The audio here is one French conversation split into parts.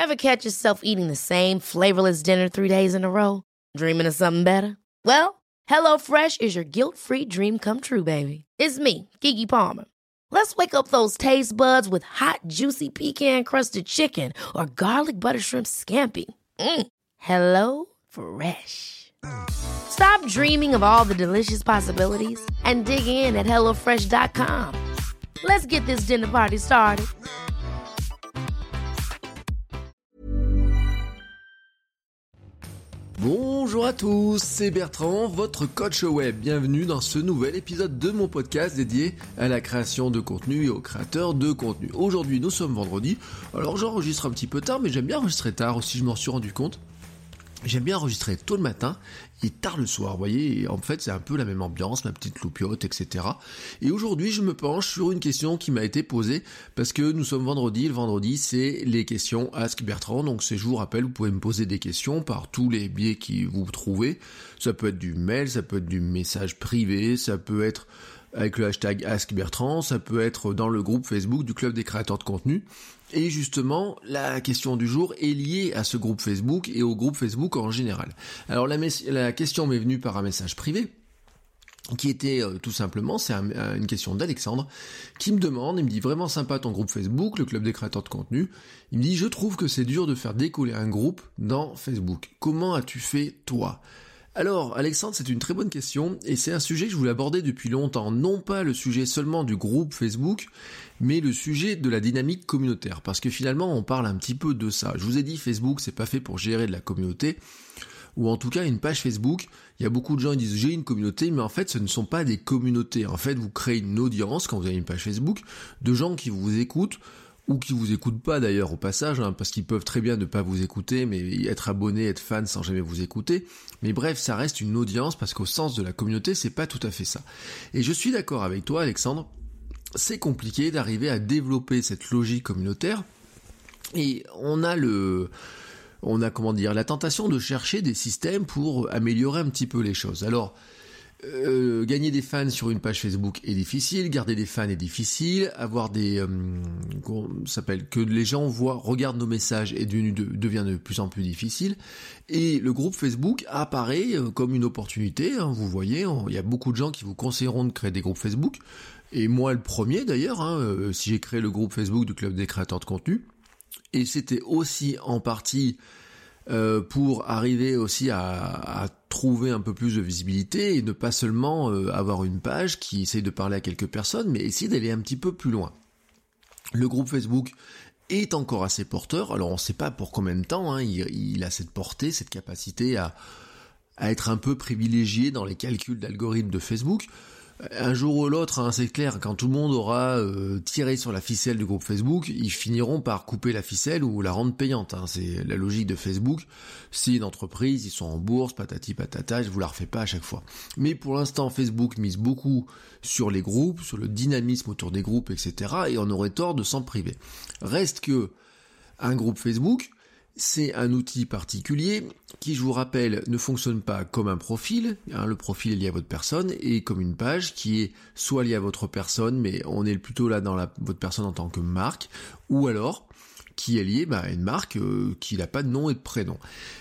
Ever catch yourself eating the same flavorless dinner 3 days in a row? Dreaming of something better? Well, HelloFresh is your guilt-free dream come true, baby. It's me, Keke Palmer. Let's wake up those taste buds with hot, juicy pecan-crusted chicken or garlic butter shrimp scampi. Hello Fresh. Stop dreaming of all the delicious possibilities and dig in at HelloFresh.com. Let's get this dinner party started. Bonjour à tous, c'est Bertrand, votre coach web. Bienvenue dans ce nouvel épisode de mon podcast dédié à la création de contenu et aux créateurs de contenu. Aujourd'hui, nous sommes vendredi. Alors j'enregistre un petit peu tard, mais j'aime bien enregistrer tard aussi, je m'en suis rendu compte. J'aime bien enregistrer tôt le matin et tard le soir, vous voyez, et en fait c'est un peu la même ambiance, ma petite loupiote, etc. Et aujourd'hui je me penche sur une question qui m'a été posée, parce que nous sommes vendredi, le vendredi c'est les questions Ask Bertrand, donc je vous rappelle, vous pouvez me poser des questions par tous les biais qui vous trouvez, ça peut être du mail, ça peut être du message privé, ça peut être avec le hashtag Ask Bertrand, ça peut être dans le groupe Facebook du Club des créateurs de contenu. Et justement, la question du jour est liée à ce groupe Facebook et au groupe Facebook en général. Alors la question m'est venue par un message privé, qui était tout simplement, c'est une question d'Alexandre, qui me demande, il me dit vraiment sympa ton groupe Facebook, le Club des créateurs de contenu, il me dit je trouve que c'est dur de faire décoller un groupe dans Facebook. Comment as-tu fait toi ? Alors, Alexandre, c'est une très bonne question, et c'est un sujet que je voulais aborder depuis longtemps, non pas le sujet seulement du groupe Facebook, mais le sujet de la dynamique communautaire, parce que finalement, on parle un petit peu de ça. Je vous ai dit, Facebook, c'est pas fait pour gérer de la communauté, ou en tout cas, une page Facebook, il y a beaucoup de gens qui disent « j'ai une communauté », mais en fait, ce ne sont pas des communautés. En fait, vous créez une audience, quand vous avez une page Facebook, de gens qui vous écoutent, ou qui vous écoutent pas d'ailleurs au passage, parce qu'ils peuvent très bien ne pas vous écouter, mais être abonné, être fan sans jamais vous écouter. Mais bref, ça reste une audience, parce qu'au sens de la communauté, c'est pas tout à fait ça. Et je suis d'accord avec toi, Alexandre, c'est compliqué d'arriver à développer cette logique communautaire, et on a la tentation de chercher des systèmes pour améliorer un petit peu les choses. Alors, gagner des fans sur une page Facebook est difficile, garder des fans est difficile, avoir que les gens regardent nos messages devient de plus en plus difficile, et le groupe Facebook apparaît comme une opportunité, vous voyez, il y a beaucoup de gens qui vous conseilleront de créer des groupes Facebook, et moi le premier d'ailleurs, si j'ai créé le groupe Facebook du Club des créateurs de contenu, et c'était aussi en partie pour arriver aussi à trouver un peu plus de visibilité et ne pas seulement avoir une page qui essaye de parler à quelques personnes, mais essayer d'aller un petit peu plus loin. Le groupe Facebook est encore assez porteur, alors on ne sait pas pour combien de temps, il a cette portée, cette capacité à être un peu privilégié dans les calculs d'algorithmes de Facebook. Un jour ou l'autre, c'est clair, quand tout le monde aura tiré sur la ficelle du groupe Facebook, ils finiront par couper la ficelle ou la rendre payante. C'est la logique de Facebook. C'est une entreprise, ils sont en bourse, patati patata, je vous la refais pas à chaque fois. Mais pour l'instant, Facebook mise beaucoup sur les groupes, sur le dynamisme autour des groupes, etc. Et on aurait tort de s'en priver. Reste que un groupe Facebook, c'est un outil particulier qui, je vous rappelle, ne fonctionne pas comme un profil. Le profil est lié à votre personne, et comme une page qui est soit liée à votre personne, mais on est plutôt là dans votre personne en tant que marque, ou alors qui est lié à une marque qui n'a pas de nom et de prénom.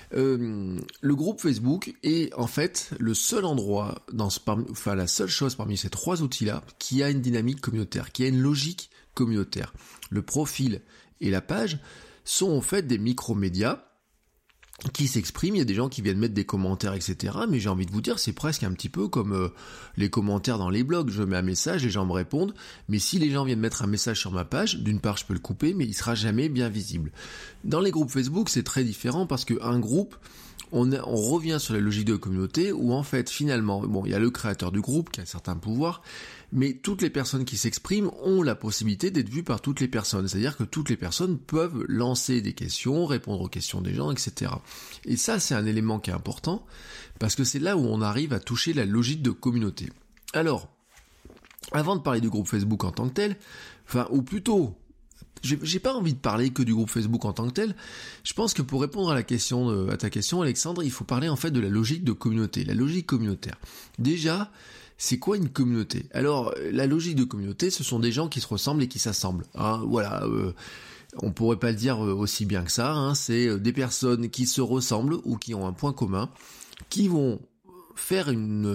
Le groupe Facebook est en fait le seul endroit, la seule chose parmi ces trois outils-là qui a une dynamique communautaire, qui a une logique communautaire. Le profil et la page sont en fait des micro-médias qui s'expriment, il y a des gens qui viennent mettre des commentaires, etc. Mais j'ai envie de vous dire, c'est presque un petit peu comme les commentaires dans les blogs. Je mets un message, les gens me répondent, mais si les gens viennent mettre un message sur ma page, d'une part je peux le couper, mais il sera jamais bien visible. Dans les groupes Facebook, c'est très différent, parce qu'un groupe, on revient sur la logique de communauté, où en fait, finalement, il y a le créateur du groupe qui a un certain pouvoir, mais toutes les personnes qui s'expriment ont la possibilité d'être vues par toutes les personnes. C'est-à-dire que toutes les personnes peuvent lancer des questions, répondre aux questions des gens, etc. Et ça, c'est un élément qui est important, parce que c'est là où on arrive à toucher la logique de communauté. Alors, avant de parler du groupe Facebook en tant que tel, ou plutôt, j'ai pas envie de parler que du groupe Facebook en tant que tel. Je pense que pour répondre à ta question, Alexandre, il faut parler en fait de la logique de communauté, la logique communautaire. Déjà, c'est quoi une communauté ? Alors, la logique de communauté, ce sont des gens qui se ressemblent et qui s'assemblent. On pourrait pas le dire aussi bien que ça, hein, c'est des personnes qui se ressemblent ou qui ont un point commun, qui vont faire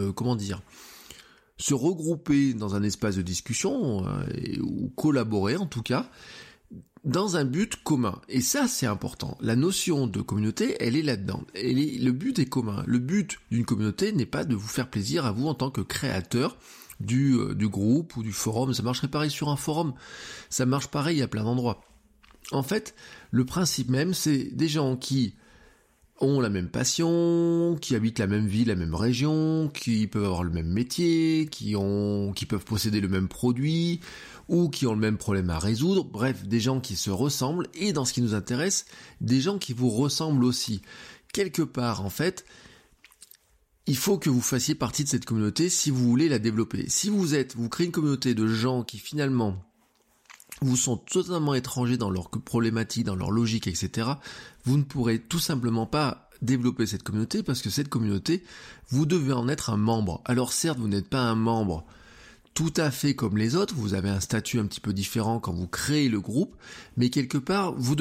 se regrouper dans un espace de discussion, ou collaborer en tout cas, dans un but commun. Et ça, c'est important. La notion de communauté, elle est là-dedans. Le but est commun. Le but d'une communauté n'est pas de vous faire plaisir à vous en tant que créateur du groupe ou du forum. Ça marcherait pareil sur un forum. Ça marche pareil à plein d'endroits. En fait, le principe même, c'est des gens qui ont la même passion, qui habitent la même ville, la même région, qui peuvent avoir le même métier, qui peuvent posséder le même produit, ou qui ont le même problème à résoudre. Bref, des gens qui se ressemblent, et dans ce qui nous intéresse, des gens qui vous ressemblent aussi. Quelque part, en fait, il faut que vous fassiez partie de cette communauté si vous voulez la développer. Si vous créez une communauté de gens qui finalement vous sont totalement étrangers dans leurs problématiques, dans leur logique, etc., vous ne pourrez tout simplement pas développer cette communauté parce que cette communauté, vous devez en être un membre. Alors certes, vous n'êtes pas un membre tout à fait comme les autres, vous avez un statut un petit peu différent quand vous créez le groupe, mais quelque part, vous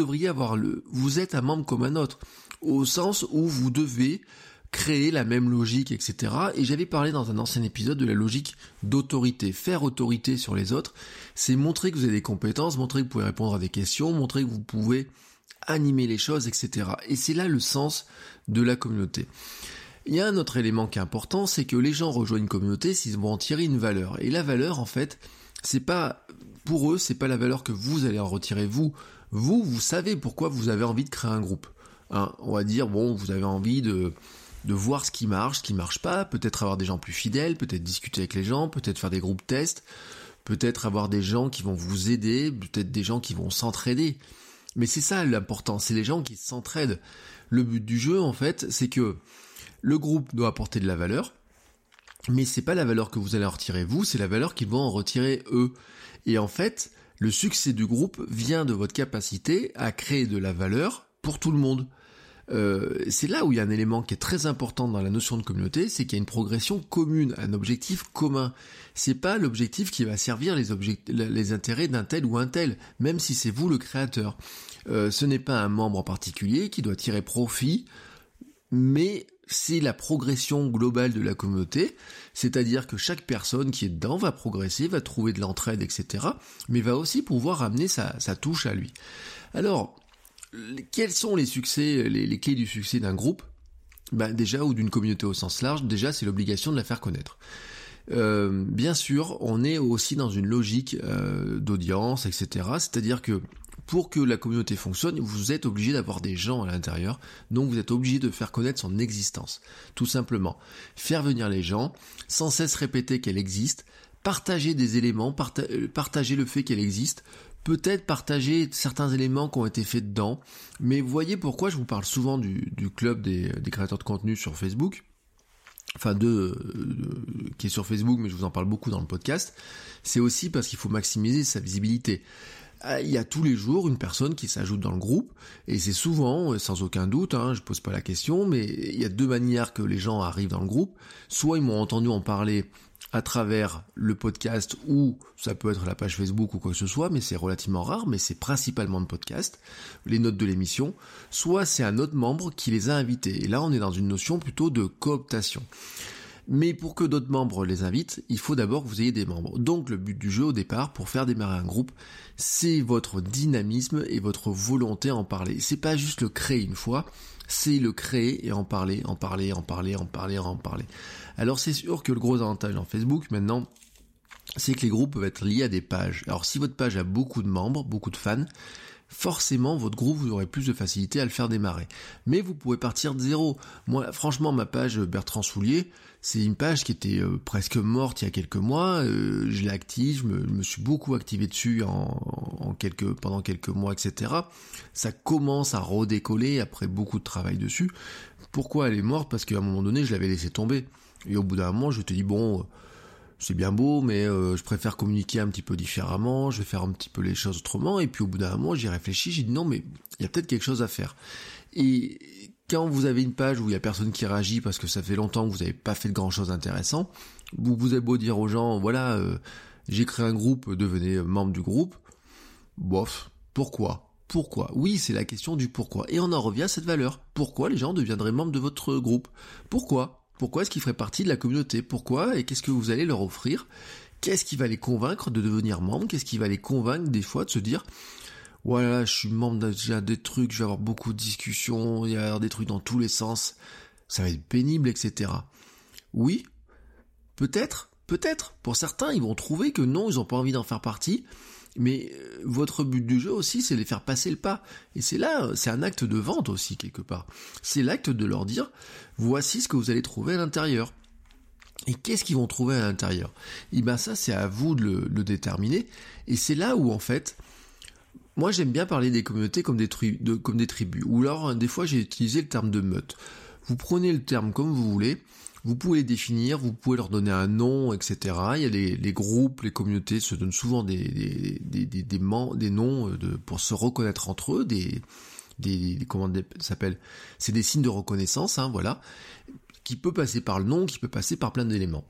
êtes un membre comme un autre, au sens où vous devez créer la même logique, etc. Et j'avais parlé dans un ancien épisode de la logique d'autorité. Faire autorité sur les autres, c'est montrer que vous avez des compétences, montrer que vous pouvez répondre à des questions, montrer que vous pouvez animer les choses, etc. Et c'est là le sens de la communauté. Il y a un autre élément qui est important, c'est que les gens rejoignent une communauté s'ils vont en tirer une valeur. Et la valeur, en fait, pour eux, c'est pas la valeur que vous allez en retirer vous. Vous savez pourquoi vous avez envie de créer un groupe. Hein, on va dire, vous avez envie de voir ce qui marche pas, peut-être avoir des gens plus fidèles, peut-être discuter avec les gens, peut-être faire des groupes tests, peut-être avoir des gens qui vont vous aider, peut-être des gens qui vont s'entraider. Mais c'est ça l'important, c'est les gens qui s'entraident. Le but du jeu, en fait, c'est que le groupe doit apporter de la valeur, mais c'est pas la valeur que vous allez en retirer vous, c'est la valeur qu'ils vont en retirer eux. Et en fait, le succès du groupe vient de votre capacité à créer de la valeur pour tout le monde. C'est là où il y a un élément qui est très important dans la notion de communauté, c'est qu'il y a une progression commune, un objectif commun. C'est pas l'objectif qui va servir les intérêts d'un tel ou un tel, même si c'est vous le créateur. Ce n'est pas un membre en particulier qui doit tirer profit, mais c'est la progression globale de la communauté, c'est-à-dire que chaque personne qui est dedans va progresser, va trouver de l'entraide, etc., mais va aussi pouvoir amener sa touche à lui. Alors, quels sont les succès, les clés du succès d'un groupe ? Déjà, ou d'une communauté au sens large, déjà c'est l'obligation de la faire connaître. Bien sûr, on est aussi dans une logique d'audience, etc., c'est-à-dire que pour que la communauté fonctionne, vous êtes obligé d'avoir des gens à l'intérieur, donc vous êtes obligé de faire connaître son existence, tout simplement. Faire venir les gens, sans cesse répéter qu'elle existe, partager des éléments, partager le fait qu'elle existe, peut-être partager certains éléments qui ont été faits dedans, mais vous voyez pourquoi je vous parle souvent du club des créateurs de contenu sur Facebook, enfin qui est sur Facebook, mais je vous en parle beaucoup dans le podcast, c'est aussi parce qu'il faut maximiser sa visibilité. Il y a tous les jours une personne qui s'ajoute dans le groupe, et c'est souvent, sans aucun doute, je pose pas la question, mais il y a deux manières que les gens arrivent dans le groupe. Soit ils m'ont entendu en parler à travers le podcast, ou ça peut être la page Facebook ou quoi que ce soit, mais c'est relativement rare, mais c'est principalement le podcast, les notes de l'émission. Soit c'est un autre membre qui les a invités, et là on est dans une notion plutôt de cooptation. Mais pour que d'autres membres les invitent, il faut d'abord que vous ayez des membres. Donc le but du jeu au départ, pour faire démarrer un groupe, c'est votre dynamisme et votre volonté à en parler. C'est pas juste le créer une fois, c'est le créer et en parler. Alors c'est sûr que le gros avantage en Facebook maintenant, c'est que les groupes peuvent être liés à des pages. Alors si votre page a beaucoup de membres, beaucoup de fans, forcément votre groupe, vous aurez plus de facilité à le faire démarrer. Mais vous pouvez partir de zéro. Moi, franchement, ma page Bertrand Soulier, c'est une page qui était presque morte il y a quelques mois. Je l'ai active, je me suis beaucoup activé dessus pendant quelques mois, etc. Ça commence à redécoller après beaucoup de travail dessus. Pourquoi elle est morte ? Parce qu'à un moment donné, je l'avais laissé tomber. Et au bout d'un moment, je te dis, c'est bien beau, mais je préfère communiquer un petit peu différemment, je vais faire un petit peu les choses autrement, et puis au bout d'un moment, j'y réfléchis, j'ai dit non, mais il y a peut-être quelque chose à faire. Et quand vous avez une page où il y a personne qui réagit parce que ça fait longtemps que vous n'avez pas fait de grand chose d'intéressant, vous avez beau dire aux gens, voilà, j'ai créé un groupe, devenez membre du groupe, bof, pourquoi ? pourquoi. Oui, c'est la question du pourquoi. Et on en revient à cette valeur. Pourquoi les gens deviendraient membres de votre groupe? Pourquoi est-ce qu'ils feraient partie de la communauté? Pourquoi? Et qu'est-ce que vous allez leur offrir? Qu'est-ce qui va les convaincre de devenir membre? Qu'est-ce qui va les convaincre des fois de se dire voilà, je suis membre déjà des trucs, je vais avoir beaucoup de discussions, il va y avoir des trucs dans tous les sens, ça va être pénible, etc. Oui, peut-être. Pour certains, ils vont trouver que non, ils n'ont pas envie d'en faire partie, mais votre but du jeu aussi, c'est de les faire passer le pas. Et c'est là, c'est un acte de vente aussi, quelque part. C'est l'acte de leur dire, voici ce que vous allez trouver à l'intérieur. Et qu'est-ce qu'ils vont trouver à l'intérieur? Et ben ça, c'est à vous de le déterminer. Et c'est là où, en fait, moi j'aime bien parler des communautés comme des tribus. Ou alors, des fois, j'ai utilisé le terme de meute. Vous prenez le terme comme vous voulez, vous pouvez les définir, vous pouvez leur donner un nom, etc. Il y a les groupes, les communautés se donnent souvent des noms pour se reconnaître entre eux, comment ça s'appelle? C'est des signes de reconnaissance, voilà, qui peut passer par le nom, qui peut passer par plein d'éléments.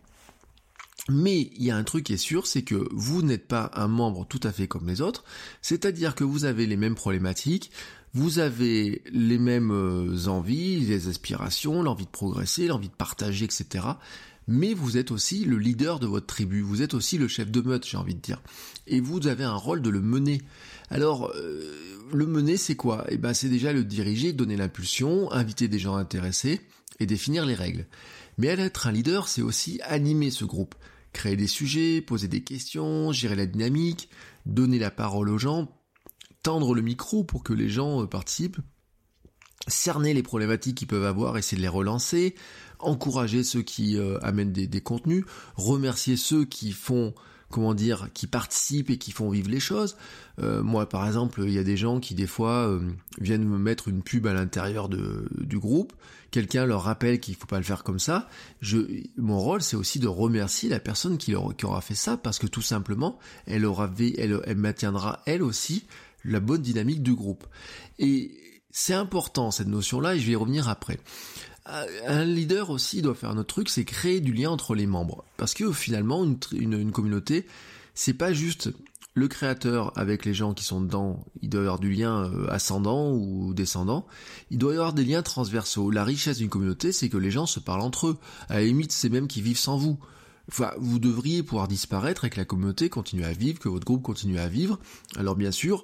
Mais il y a un truc qui est sûr, c'est que vous n'êtes pas un membre tout à fait comme les autres, c'est-à-dire que vous avez les mêmes problématiques, vous avez les mêmes envies, les aspirations, l'envie de progresser, l'envie de partager, etc. Mais vous êtes aussi le leader de votre tribu, vous êtes aussi le chef de meute, j'ai envie de dire. Et vous avez un rôle de le mener. Alors, le mener, c'est quoi? Eh ben, c'est déjà le diriger, donner l'impulsion, inviter des gens intéressés et définir les règles. Mais être un leader, c'est aussi animer ce groupe. Créer des sujets, poser des questions, gérer la dynamique, donner la parole aux gens, tendre le micro pour que les gens participent, cerner les problématiques qu'ils peuvent avoir, essayer de les relancer, encourager ceux qui amènent des contenus, remercier ceux qui font, qui participent et qui font vivre les choses. Moi, par exemple, il y a des gens qui, des fois, viennent me mettre une pub à l'intérieur du groupe. Quelqu'un leur rappelle qu'il faut pas le faire comme ça. Mon rôle, c'est aussi de remercier la personne qui aura fait ça, parce que tout simplement, elle maintiendra, elle aussi, la bonne dynamique du groupe. Et c'est important, cette notion-là, et je vais y revenir après. Un leader aussi doit faire un autre truc, c'est créer du lien entre les membres. Parce que finalement, une communauté, c'est pas juste le créateur avec les gens qui sont dedans. Il doit y avoir du lien ascendant ou descendant. Il doit y avoir des liens transversaux. La richesse d'une communauté, c'est que les gens se parlent entre eux. À la limite, c'est même qu'ils vivent sans vous. Enfin, vous devriez pouvoir disparaître et que la communauté continue à vivre, que votre groupe continue à vivre. Alors bien sûr,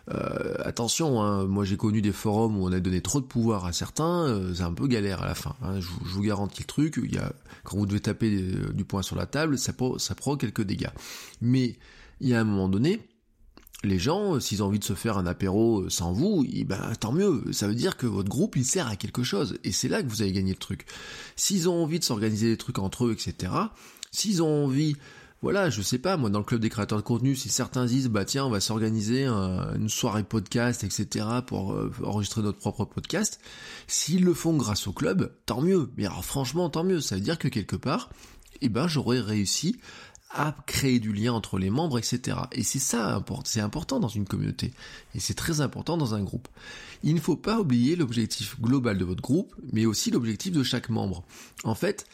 attention, moi j'ai connu des forums où on a donné trop de pouvoir à certains, c'est un peu galère à la fin. Je vous garantis le truc, quand vous devez taper du poing sur la table, ça prend quelques dégâts. Mais il y a un moment donné, les gens, s'ils ont envie de se faire un apéro sans vous, tant mieux. Ça veut dire que votre groupe, il sert à quelque chose. Et c'est là que vous allez gagner le truc. S'ils ont envie de s'organiser des trucs entre eux, etc., s'ils ont envie... Voilà, je sais pas, moi dans le club des créateurs de contenu, si certains disent tiens, on va s'organiser une soirée podcast, etc. pour enregistrer notre propre podcast, s'ils le font grâce au club, tant mieux. Mais alors franchement, tant mieux. Ça veut dire que quelque part, j'aurais réussi à créer du lien entre les membres, etc. Et c'est ça, c'est important dans une communauté. Et c'est très important dans un groupe. Il ne faut pas oublier l'objectif global de votre groupe, mais aussi l'objectif de chaque membre. En fait,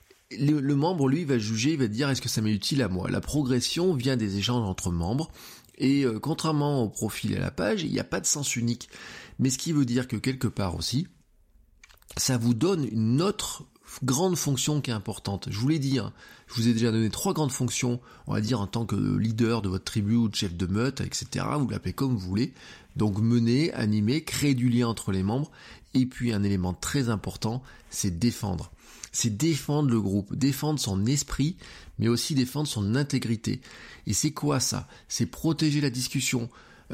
le membre, lui, va juger, il va dire est-ce que ça m'est utile à moi. La progression vient des échanges entre membres, et contrairement au profil et à la page, il n'y a pas de sens unique. Mais ce qui veut dire que quelque part aussi, ça vous donne une autre grande fonction qui est importante. Je vous l'ai dit, je vous ai déjà donné 3 grandes fonctions, on va dire en tant que leader de votre tribu ou de chef de meute, etc. Vous l'appelez comme vous voulez. Donc mener, animer, créer du lien entre les membres, et puis un élément très important, c'est défendre. C'est défendre le groupe, défendre son esprit, mais aussi défendre son intégrité. Et c'est quoi ça? C'est protéger la discussion.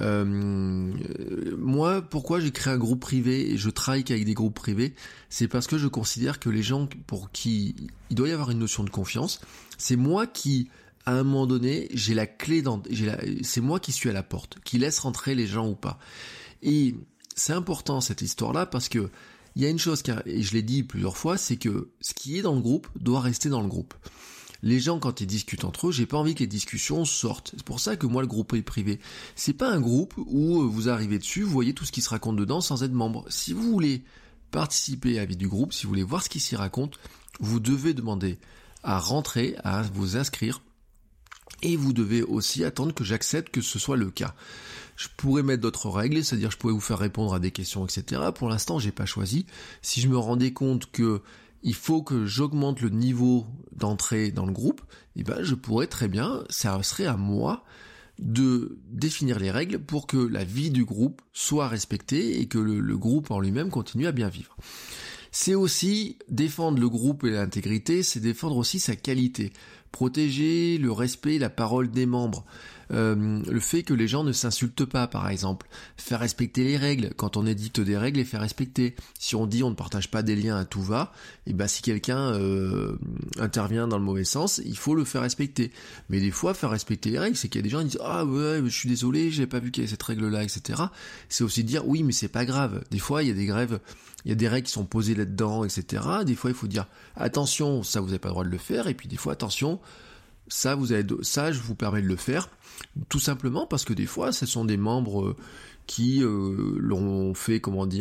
Moi, pourquoi j'ai créé un groupe privé et je travaille qu'avec des groupes privés? C'est parce que je considère que les gens pour qui il doit y avoir une notion de confiance, c'est moi qui, à un moment donné, j'ai la clé c'est moi qui suis à la porte, qui laisse rentrer les gens ou pas. Et c'est important cette histoire-là parce que il y a une chose, et je l'ai dit plusieurs fois, c'est que ce qui est dans le groupe doit rester dans le groupe. Les gens, quand ils discutent entre eux, j'ai pas envie que les discussions sortent. C'est pour ça que moi, le groupe est privé. C'est pas un groupe où vous arrivez dessus, vous voyez tout ce qui se raconte dedans sans être membre. Si vous voulez participer à la vie du groupe, si vous voulez voir ce qui s'y raconte, vous devez demander à rentrer, à vous inscrire. Et vous devez aussi attendre que j'accepte que ce soit le cas. Je pourrais mettre d'autres règles, c'est-à-dire je pourrais vous faire répondre à des questions, etc. Pour l'instant, j'ai pas choisi. Si je me rendais compte que il faut que j'augmente le niveau d'entrée dans le groupe, je pourrais très bien, ça serait à moi de définir les règles pour que la vie du groupe soit respectée et que le groupe en lui-même continue à bien vivre. C'est aussi défendre le groupe et l'intégrité, c'est défendre aussi sa qualité. Protéger le respect, la parole des membres. Le fait que les gens ne s'insultent pas, par exemple. Faire respecter les règles. Quand on édicte des règles, les faire respecter. Si on dit on ne partage pas des liens à tout va, si quelqu'un intervient dans le mauvais sens, il faut le faire respecter. Mais des fois, faire respecter les règles, c'est qu'il y a des gens qui disent ah ouais, je suis désolé, j'ai pas vu qu'il y avait cette règle-là, etc. C'est aussi dire oui, mais c'est pas grave. Des fois, il y a des grèves. Il y a des règles qui sont posées là-dedans, etc. Des fois, il faut dire attention, ça vous n'avez pas le droit de le faire, et puis des fois attention, ça je vous permets de le faire, tout simplement parce que des fois, ce sont des membres qui l'ont fait,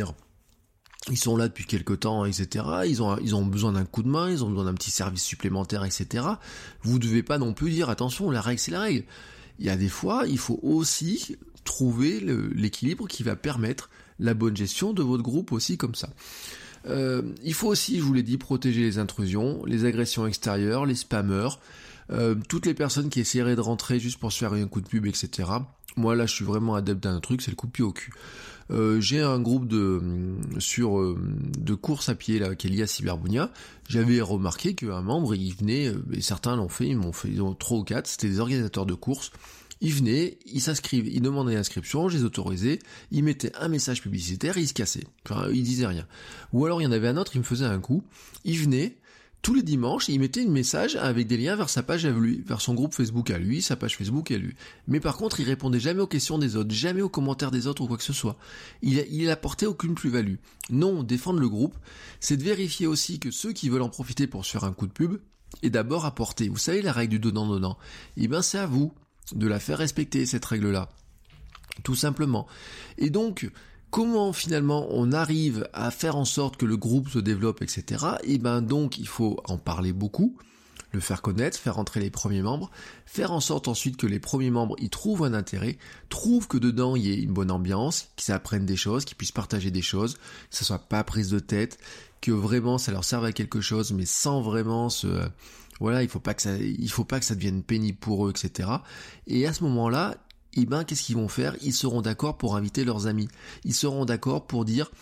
ils sont là depuis quelque temps, etc. Ils ont besoin d'un coup de main, ils ont besoin d'un petit service supplémentaire, etc. Vous devez pas non plus dire attention, la règle c'est la règle. Il y a des fois, il faut aussi trouver l'équilibre qui va permettre la bonne gestion de votre groupe aussi comme ça. Il faut aussi, je vous l'ai dit, protéger les intrusions, les agressions extérieures, les spammers, toutes les personnes qui essaieraient de rentrer juste pour se faire un coup de pub, etc. Moi là, je suis vraiment adepte d'un truc, c'est le coup de pied au cul. J'ai un groupe de course à pied là qui est lié à Cyberbunia. J'avais remarqué qu'un membre, il venait, et certains l'ont fait, ils ont 3 ou 4, c'était des organisateurs de courses. Ils venaient, ils s'inscrivent, ils demandaient l'inscription, je les autorisais, ils mettaient un message publicitaire et ils se cassaient. Enfin, ils disaient rien. Ou alors il y en avait un autre, il me faisait un coup, il venait, tous les dimanches, il mettait un message avec des liens vers sa page à lui, vers son groupe Facebook à lui, sa page Facebook à lui. Mais par contre, il répondait jamais aux questions des autres, jamais aux commentaires des autres ou quoi que ce soit. Il apportait aucune plus-value. Non, défendre le groupe, c'est de vérifier aussi que ceux qui veulent en profiter pour se faire un coup de pub, est d'abord apporter. Vous savez la règle du donnant-donnant. C'est à vous de la faire respecter, cette règle-là. Tout simplement. Et donc, comment finalement on arrive à faire en sorte que le groupe se développe, etc. Donc il faut en parler beaucoup, le faire connaître, faire entrer les premiers membres, faire en sorte ensuite que les premiers membres y trouvent un intérêt, trouvent que dedans il y ait une bonne ambiance, qu'ils apprennent des choses, qu'ils puissent partager des choses, que ça soit pas prise de tête, que vraiment ça leur serve à quelque chose, mais sans vraiment il faut pas que ça devienne pénible pour eux, etc. Et à ce moment-là, qu'est-ce qu'ils vont faire ? Ils seront d'accord pour inviter leurs amis. Ils seront d'accord pour dire,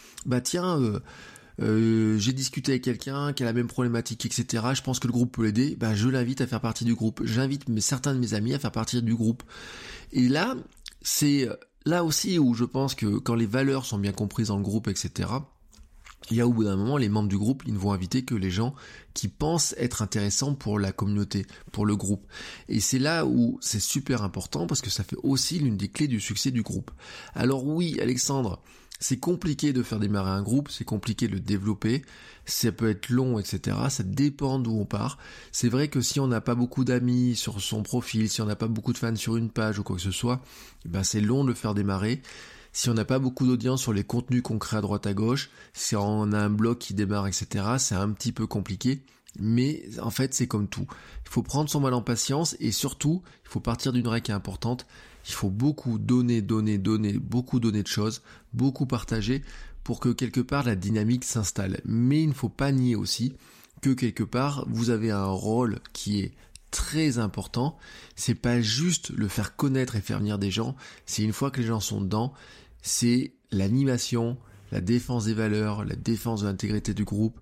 j'ai discuté avec quelqu'un qui a la même problématique, etc. Je pense que le groupe peut l'aider. Je l'invite à faire partie du groupe. J'invite certains de mes amis à faire partie du groupe. Et là, c'est là aussi où je pense que quand les valeurs sont bien comprises dans le groupe, etc., il y a au bout d'un moment, les membres du groupe, ils ne vont inviter que les gens qui pensent être intéressants pour la communauté, pour le groupe. Et c'est là où c'est super important parce que ça fait aussi l'une des clés du succès du groupe. Alors oui, Alexandre, c'est compliqué de faire démarrer un groupe, c'est compliqué de le développer, ça peut être long, etc. Ça dépend d'où on part. C'est vrai que si on n'a pas beaucoup d'amis sur son profil, si on n'a pas beaucoup de fans sur une page ou quoi que ce soit, c'est long de le faire démarrer. Si on n'a pas beaucoup d'audience sur les contenus qu'on crée à droite à gauche, si on a un blog qui démarre, etc., c'est un petit peu compliqué. Mais en fait, c'est comme tout. Il faut prendre son mal en patience et surtout, il faut partir d'une règle qui est importante. Il faut beaucoup donner, beaucoup donner de choses, beaucoup partager pour que quelque part la dynamique s'installe. Mais il ne faut pas nier aussi que quelque part, vous avez un rôle qui est très important. C'est pas juste le faire connaître et faire venir des gens, c'est une fois que les gens sont dedans, c'est l'animation, la défense des valeurs, la défense de l'intégrité du groupe,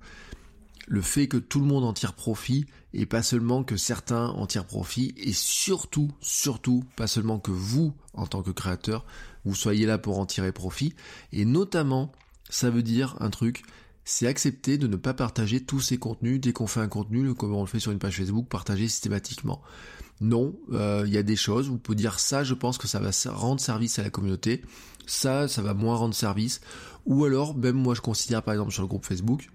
le fait que tout le monde en tire profit et pas seulement que certains en tirent profit et surtout, pas seulement que vous, en tant que créateur, vous soyez là pour en tirer profit et notamment, ça veut dire un truc, c'est accepter de ne pas partager tous ces contenus dès qu'on fait un contenu, comme on le fait sur une page Facebook, partager systématiquement. Non, il y a des choses, vous pouvez dire ça, je pense que ça va rendre service à la communauté, ça va moins rendre service, ou alors, même moi je considère par exemple sur le groupe Facebook,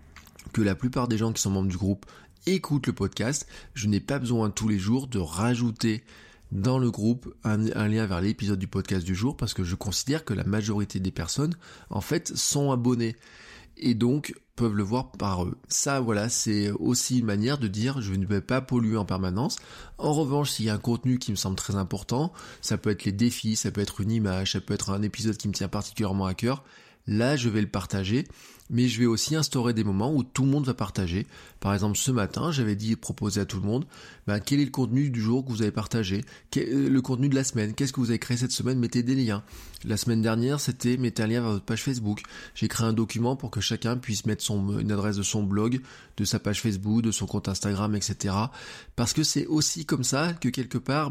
que la plupart des gens qui sont membres du groupe écoutent le podcast, je n'ai pas besoin tous les jours de rajouter dans le groupe un lien vers l'épisode du podcast du jour, parce que je considère que la majorité des personnes, en fait, sont abonnées. et donc peuvent le voir par eux. Ça, voilà, c'est aussi une manière de dire je ne vais pas polluer en permanence. En revanche, s'il y a un contenu qui me semble très important, ça peut être les défis, ça peut être une image, ça peut être un épisode qui me tient particulièrement à cœur, là je vais le partager, mais je vais aussi instaurer des moments où tout le monde va partager. Par exemple, ce matin, j'avais proposé à tout le monde, quel est le contenu du jour que vous avez partagé, le contenu de la semaine, qu'est-ce que vous avez créé cette semaine, mettez des liens. La semaine dernière, c'était mettez un lien vers votre page Facebook. J'ai créé un document pour que chacun puisse mettre une adresse de son blog, de sa page Facebook, de son compte Instagram, etc. Parce que c'est aussi comme ça que quelque part,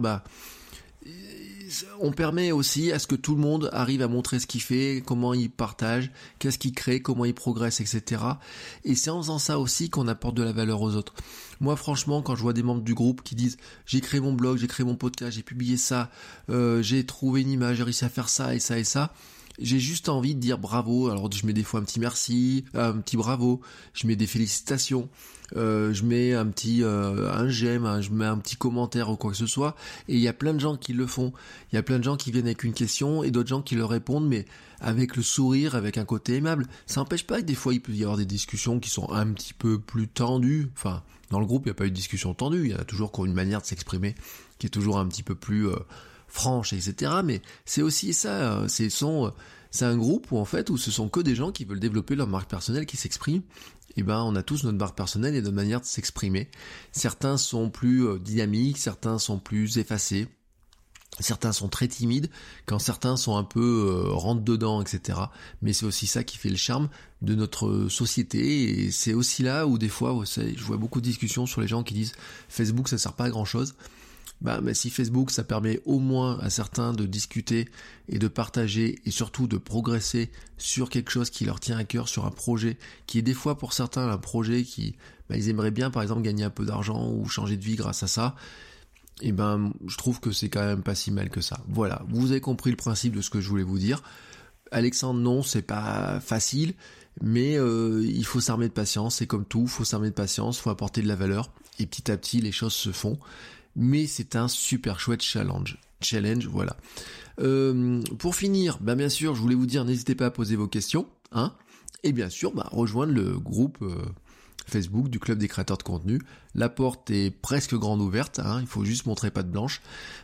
on permet aussi à ce que tout le monde arrive à montrer ce qu'il fait, comment il partage, qu'est-ce qu'il crée, comment il progresse, etc. Et c'est en faisant ça aussi qu'on apporte de la valeur aux autres. Moi, franchement, quand je vois des membres du groupe qui disent « j'ai créé mon blog, j'ai créé mon podcast, j'ai publié ça, j'ai trouvé une image, j'ai réussi à faire ça et ça et ça », j'ai juste envie de dire bravo. Alors je mets des fois un petit merci, un petit bravo, je mets des félicitations, je mets un j'aime, je mets un petit commentaire ou quoi que ce soit, et il y a plein de gens qui le font. Il y a plein de gens qui viennent avec une question et d'autres gens qui leur répondent, mais avec le sourire, avec un côté aimable. Ça n'empêche pas que des fois il peut y avoir des discussions qui sont un petit peu plus tendues. Enfin, dans le groupe il n'y a pas eu de discussion tendue, il y a toujours une manière de s'exprimer qui est toujours un petit peu plus franche, etc. Mais c'est aussi ça, c'est un groupe où ce sont que des gens qui veulent développer leur marque personnelle, qui s'expriment. Et on a tous notre marque personnelle et notre manière de s'exprimer. Certains sont plus dynamiques, certains sont plus effacés, certains sont très timides, quand certains sont un peu rentre dedans, etc. Mais c'est aussi ça qui fait le charme de notre société, et c'est aussi là où des fois, je vois beaucoup de discussions sur les gens qui disent Facebook ça sert pas à grand chose. Mais si Facebook ça permet au moins à certains de discuter et de partager et surtout de progresser sur quelque chose qui leur tient à cœur, sur un projet qui est des fois pour certains un projet qui ils aimeraient bien par exemple gagner un peu d'argent ou changer de vie grâce à ça, et je trouve que c'est quand même pas si mal que ça. Voilà, vous avez compris le principe de ce que je voulais vous dire. Alexandre, non, c'est pas facile, mais il faut s'armer de patience, c'est comme tout, il faut s'armer de patience, il faut apporter de la valeur, et petit à petit les choses se font. Mais c'est un super chouette challenge, voilà. Pour finir, bien sûr, je voulais vous dire, n'hésitez pas à poser vos questions, et bien sûr, rejoindre le groupe Facebook du Club des créateurs de contenu. La porte est presque grande ouverte, il faut juste montrer patte blanche.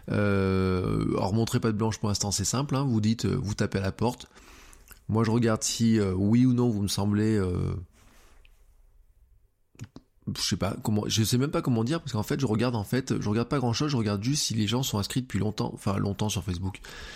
Alors montrer patte blanche pour l'instant c'est simple, vous dites, vous tapez à la porte. Moi je regarde si oui ou non vous me semblez... je sais même pas comment dire, parce qu'en fait je regarde pas grand chose, je regarde juste si les gens sont inscrits depuis longtemps sur Facebook.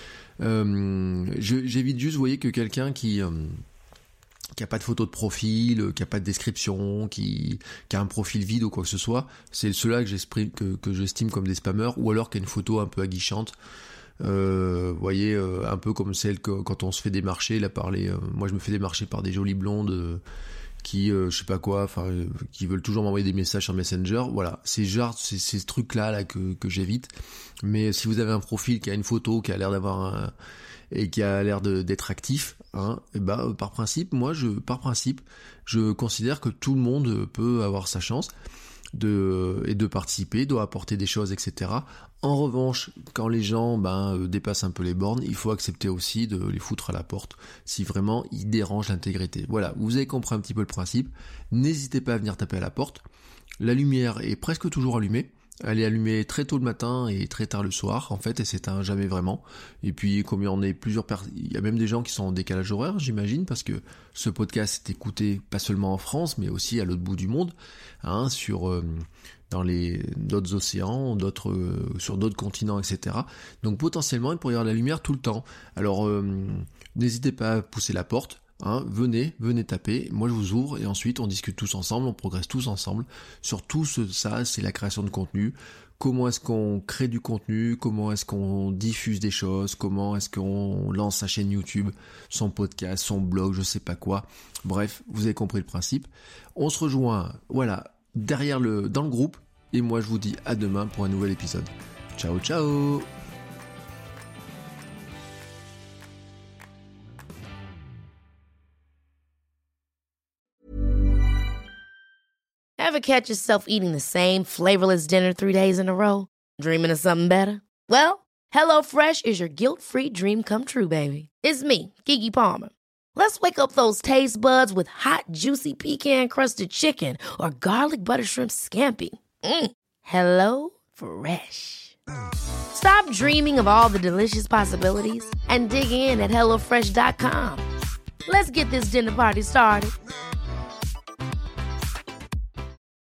J'évite juste, vous voyez, que quelqu'un qui a pas de photo de profil, qui a pas de description, qui a un profil vide ou quoi que ce soit, c'est ceux-là que j'estime comme des spammers, ou alors qui a une photo un peu aguichante. Vous voyez, un peu comme celle que quand on se fait démarcher, moi je me fais démarcher par des jolies blondes qui qui veulent toujours m'envoyer des messages sur Messenger. Voilà, c'est ces trucs-là que j'évite. Mais si vous avez un profil qui a une photo, qui a l'air d'avoir et qui a l'air d'être actif, par principe, je considère que tout le monde peut avoir sa chance de participer, doit apporter des choses, etc. En revanche, quand les gens dépassent un peu les bornes, il faut accepter aussi de les foutre à la porte si vraiment ils dérangent l'intégrité. Voilà, vous avez compris un petit peu le principe. N'hésitez pas à venir taper à la porte. La lumière est presque toujours allumée. Elle est allumée très tôt le matin et très tard le soir, en fait, et s'éteint jamais vraiment. Et puis, comme il y en a plusieurs personnes, il y a même des gens qui sont en décalage horaire, j'imagine, parce que ce podcast est écouté pas seulement en France, mais aussi à l'autre bout du monde, dans d'autres océans, sur d'autres continents, etc. Donc, potentiellement, il pourrait y avoir de la lumière tout le temps. Alors, n'hésitez pas à pousser la porte. Venez taper, moi je vous ouvre et ensuite on discute tous ensemble, on progresse tous ensemble sur tout ça, c'est la création de contenu. Comment est-ce qu'on crée du contenu, comment est-ce qu'on diffuse des choses, comment est-ce qu'on lance sa chaîne YouTube, son podcast, son blog, je sais pas quoi. Bref, vous avez compris le principe. On se rejoint, voilà, dans le groupe, et moi je vous dis à demain pour un nouvel épisode. Ciao ciao. Ever catch yourself eating the same flavorless dinner 3 days in a row? Dreaming of something better? Well, HelloFresh is your guilt-free dream come true, baby. It's me, Keke Palmer. Let's wake up those taste buds with hot, juicy pecan-crusted chicken or garlic butter shrimp scampi. Hello Fresh. Stop dreaming of all the delicious possibilities and dig in at HelloFresh.com. Let's get this dinner party started.